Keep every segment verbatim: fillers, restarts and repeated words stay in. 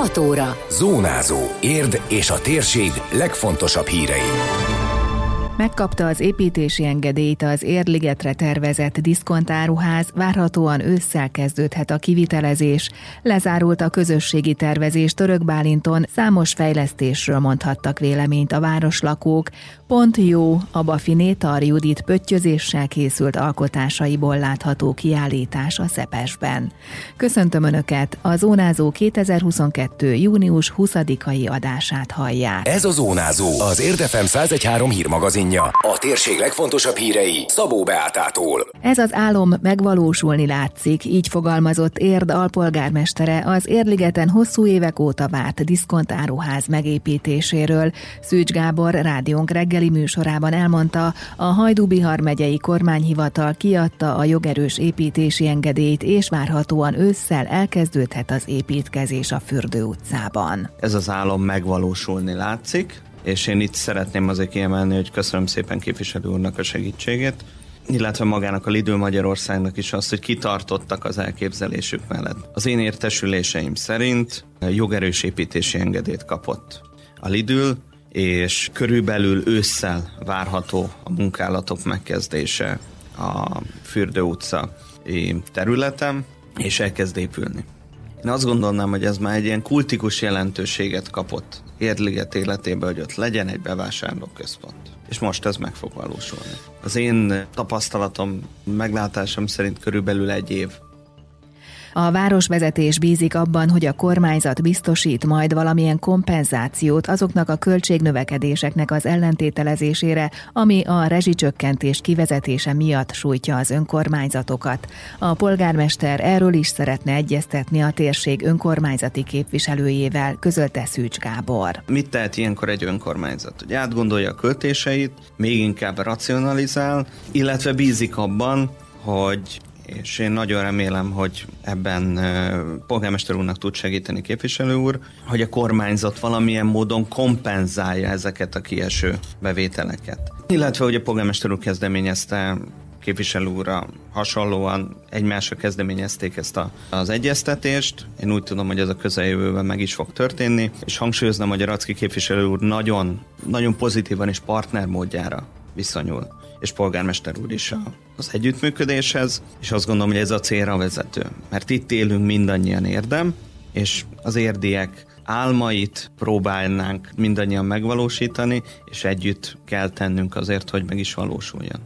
hat óra. Zónázó. Érd és a térség legfontosabb hírei. Megkapta az építési engedélyt az Érd-ligetre tervezett diszkontáruház, várhatóan ősszel kezdődhet a kivitelezés. Lezárult a közösségi tervezés Török Bálinton, számos fejlesztésről mondhattak véleményt a városlakók. Pont jó, a Bafiné Tar Judit pöttyözéssel készült alkotásaiból látható kiállítás a Szepesben. Köszöntöm Önöket, a Zónázó kétezer-huszonkettő. június huszadikai adását hallják. Ez a Zónázó, az Érd ef em száz egy pont három hírmagazinja. A térség legfontosabb hírei Szabó Beátától. Ez az álom megvalósulni látszik, így fogalmazott Érd alpolgármestere az Érd-ligeten hosszú évek óta várt diszkontáruház megépítéséről. Szűcs Gábor rádiónk reggeli műsorában elmondta, a Hajdú-Bihar megyei kormányhivatal kiadta a jogerős építési engedélyt, és várhatóan ősszel elkezdődhet az építkezés a Fürdő utcában. Ez az álom megvalósulni látszik, és én itt szeretném azért kiemelni, hogy köszönöm szépen képviselő úrnak a segítségét, illetve magának a Lidl Magyarországnak is azt, hogy kitartottak az elképzelésük mellett. Az én értesüléseim szerint jogerős építési engedélyt kapott a Lidl, és körülbelül ősszel várható a munkálatok megkezdése a Fürdő utca területen, és elkezd épülni. Én azt gondolnám, hogy ez már egy ilyen kultikus jelentőséget kapott Érd-liget életébe, hogy ott legyen egy bevásárlóközpont. És most ez meg fog valósulni. Az én tapasztalatom, meglátásom szerint körülbelül egy év. A városvezetés bízik abban, hogy a kormányzat biztosít majd valamilyen kompenzációt azoknak a költségnövekedéseknek az ellentételezésére, ami a rezsicsökkentés kivezetése miatt sújtja az önkormányzatokat. A polgármester erről is szeretne egyeztetni a térség önkormányzati képviselőjével, közölte Szűcs Gábor. Mit tehet ilyenkor egy önkormányzat? Hogy átgondolja a költéseit, még inkább racionalizál, illetve bízik abban, hogy és én nagyon remélem, hogy ebben polgármester úrnak tud segíteni képviselő úr, hogy a kormányzat valamilyen módon kompenzálja ezeket a kieső bevételeket. Illetve, hogy a polgármester úr kezdeményezte, képviselő úrra hasonlóan egymásra kezdeményezték ezt a, az egyeztetést. Én úgy tudom, hogy ez a közeljövőben meg is fog történni, és hangsúlyoznám, hogy a Racki képviselő úr nagyon, nagyon pozitívan és partnermódjára viszonyul, és polgármester úr is az együttműködéshez, és azt gondolom, hogy ez a célra vezető. Mert itt élünk mindannyian Érdem, és az érdiek álmait próbálnánk mindannyian megvalósítani, és együtt kell tennünk azért, hogy meg is valósuljon.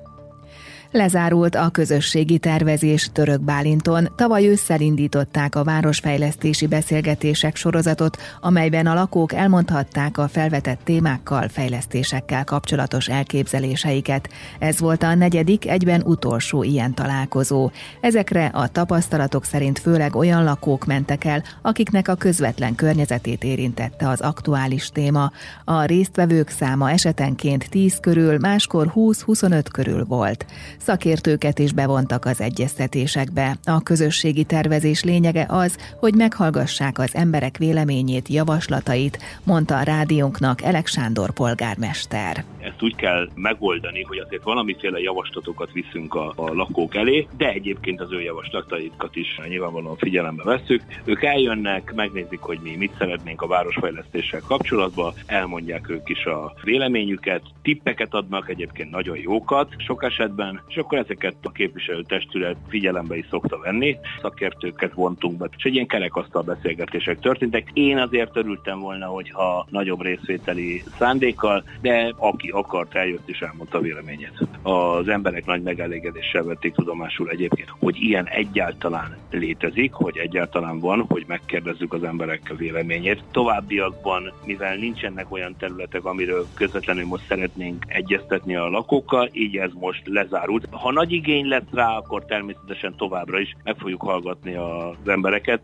Lezárult a közösségi tervezés Török Bálinton. Tavaly ősszel indították a városfejlesztési beszélgetések sorozatot, amelyben a lakók elmondhatták a felvetett témákkal, fejlesztésekkel kapcsolatos elképzeléseiket. Ez volt a negyedik, egyben utolsó ilyen találkozó. Ezekre a tapasztalatok szerint főleg olyan lakók mentek el, akiknek a közvetlen környezetét érintette az aktuális téma. A résztvevők száma esetenként tíz körül, máskor húsz-huszonöt körül volt. Szakértőket is bevontak az egyeztetésekbe. A közösségi tervezés lényege az, hogy meghallgassák az emberek véleményét, javaslatait, mondta a rádiónknak Elek Sándor polgármester. Ezt úgy kell megoldani, hogy azért valamiféle javaslatokat viszünk a, a lakók elé, de egyébként az ő javaslataikat is nyilvánvalóan figyelembe vesszük. Ők eljönnek, megnézik, hogy mi mit szeretnénk a városfejlesztéssel kapcsolatban, elmondják ők is a véleményüket, tippeket adnak, egyébként nagyon jókat sok esetben, és akkor ezeket a képviselőtestület figyelembe is szokta venni. Szakértőket vontunk be, és egy ilyen kerekasztal beszélgetések történtek. Én azért örültem volna, hogyha nagyobb részvételi szándékkal, de aki akart, eljött és elmondta a véleményét. Az emberek nagy megelégedéssel vették tudomásul egyébként, hogy ilyen egyáltalán létezik, hogy egyáltalán van, hogy megkérdezzük az emberek véleményét. Továbbiakban, mivel nincsenek olyan területek, amiről közvetlenül most szeretnénk egyeztetni a lakókkal, így ez most lezárult. Ha nagy igény lesz rá, akkor természetesen továbbra is meg fogjuk hallgatni az embereket.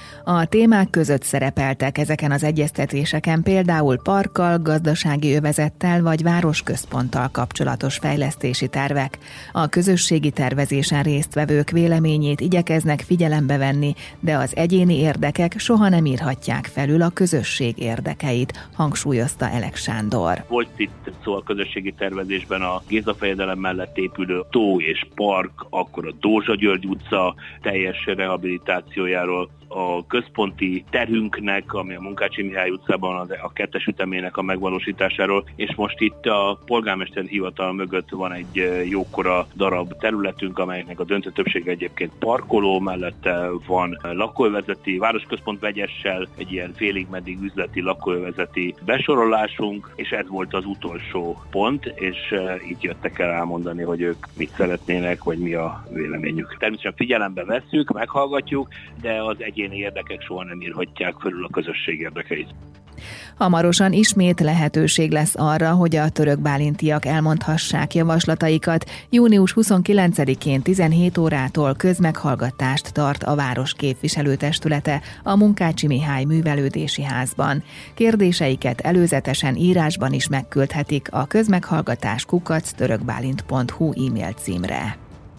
A témák között szerepeltek ezeken az egyeztetéseken például parkkal, gazdasági övezettel vagy városközponttal kapcsolatos fejlesztési tervek. A közösségi tervezésen résztvevők véleményét igyekeznek figyelembe venni, de az egyéni érdekek soha nem írhatják felül a közösség érdekeit, hangsúlyozta Elek Sándor. Volt itt szó a közösségi tervezésben a Géza-fejedelem mellett épülő tó és park, akkor a Dózsa György utca teljes rehabilitációjáról, a központi terünknek, ami a Munkácsi Mihály utcában az, a kettes ütemének a megvalósításáról, és most itt a polgármester hivatal mögött van egy jókora darab területünk, amelynek a döntő többsége egyébként parkoló, mellette van lakóövezeti, városközpont vegyessel, egy ilyen félig meddig üzleti lakóövezeti besorolásunk, és ez volt az utolsó pont, és így jöttek el elmondani, hogy ők mit szeretnének, vagy mi a véleményük. Természetesen figyelembe vesszük, meghallgatjuk, de az egyéni érdekek soha nem írhatják fölül a közösség érdekeit. Hamarosan ismét lehetőség lesz arra, hogy a törökbálintiak elmondhassák javaslataikat. június huszonkilencedikén tizenhét órától közmeghallgatást tart a város képviselőtestülete a Munkácsi Mihály Művelődési Házban. Kérdéseiket előzetesen írásban is megküldhetik a közmeghallgatás kukac törökbálint pont hu e-mail címre.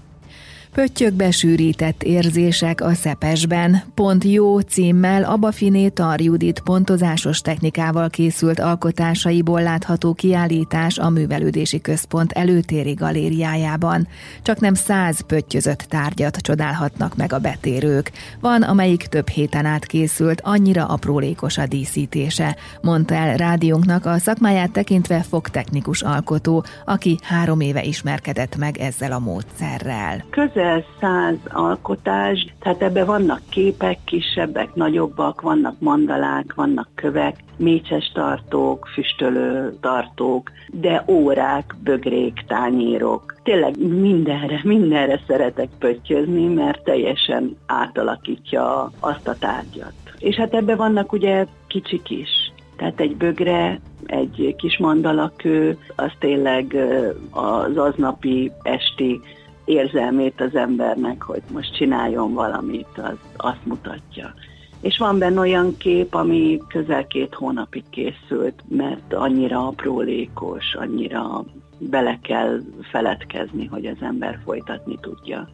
Pöttyökbe sűrített érzések a Szepesben. Pont jó címmel Abafiné Tar Judit pontozásos technikával készült alkotásaiból látható kiállítás a Művelődési Központ előtéri galériájában. Csak nem száz pöttyözött tárgyat csodálhatnak meg a betérők. Van, amelyik több héten át készült, annyira aprólékos a díszítése, mondta el rádiónknak a szakmáját tekintve fogtechnikus alkotó, aki három éve ismerkedett meg ezzel a módszerrel. Közel száz alkotás, tehát ebben vannak képek, kisebbek, nagyobbak, vannak mandalák, vannak kövek, mécses tartók, füstölő tartók, de órák, bögrék, tányérok. Tényleg mindenre, mindenre szeretek pöttyözni, mert teljesen átalakítja azt a tárgyat. És hát ebben vannak ugye kicsik is. Tehát egy bögre, egy kis mandalakő, az tényleg az aznapi esti érzelmét az embernek, hogy most csináljon valamit, az azt mutatja. És van benne olyan kép, ami közel két hónapig készült, mert annyira aprólékos, annyira bele kell feledkezni, hogy az ember folytatni tudja.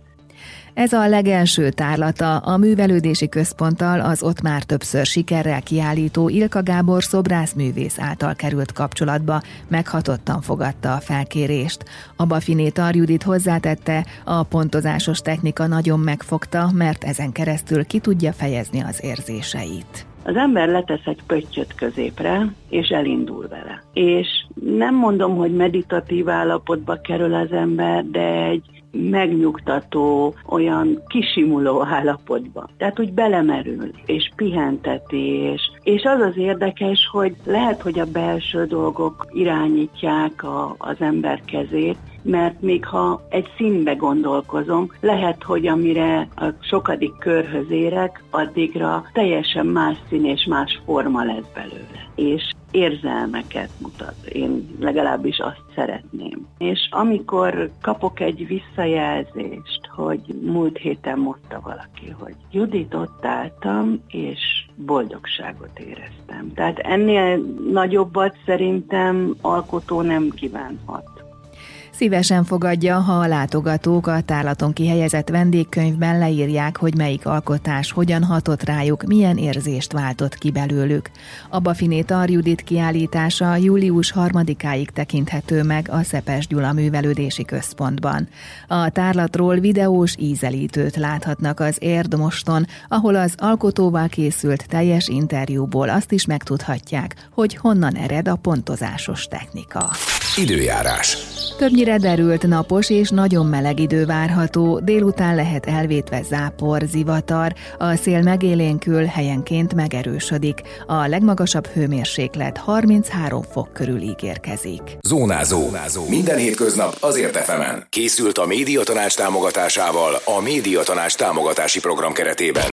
Ez a legelső tárlata a Művelődési Központtal az ott már többször sikerrel kiállító Ilka Gábor szobrászművész által került kapcsolatba, meghatottan fogadta a felkérést. Abafiné Tar Judit hozzátette, a pontozásos technika nagyon megfogta, mert ezen keresztül ki tudja fejezni az érzéseit. Az ember letesz egy pöttyöt középre, és elindul vele. És nem mondom, hogy meditatív állapotba kerül az ember, de egy megnyugtató, olyan kisimuló állapotba. Tehát úgy belemerül, és pihenteti, és, és az az érdekes, hogy lehet, hogy a belső dolgok irányítják a, az ember kezét, mert még ha egy színbe gondolkozom, lehet, hogy amire a sokadik körhöz érek, addigra teljesen más szín és más forma lesz belőle. És érzelmeket mutat. Én legalábbis azt szeretném. És amikor kapok egy visszajelzést, hogy múlt héten mondta valaki, hogy Judit, ott álltam, és boldogságot éreztem. Tehát ennél nagyobbat szerintem alkotó nem kívánhat. Szívesen fogadja, ha a látogatók a tárlaton kihelyezett vendégkönyvben leírják, hogy melyik alkotás hogyan hatott rájuk, milyen érzést váltott ki belőlük. Abafiné Tar Judit kiállítása július harmadikáig tekinthető meg a Szepes Gyula Művelődési Központban. A tárlatról videós ízelítőt láthatnak az Érd Moston, ahol az alkotóval készült teljes interjúból azt is megtudhatják, hogy honnan ered a pontozásos technika. Időjárás. Többnyire derült, napos és nagyon meleg idő várható, délután lehet elvétve zápor, zivatar, a szél megélénkül, helyenként megerősödik. A legmagasabb hőmérséklet harminchárom fok körül ígérkezik. Zónázó. Minden hétköznap az Ért ef emen. Készült a Médiatanács támogatásával a Médiatanács támogatási program keretében.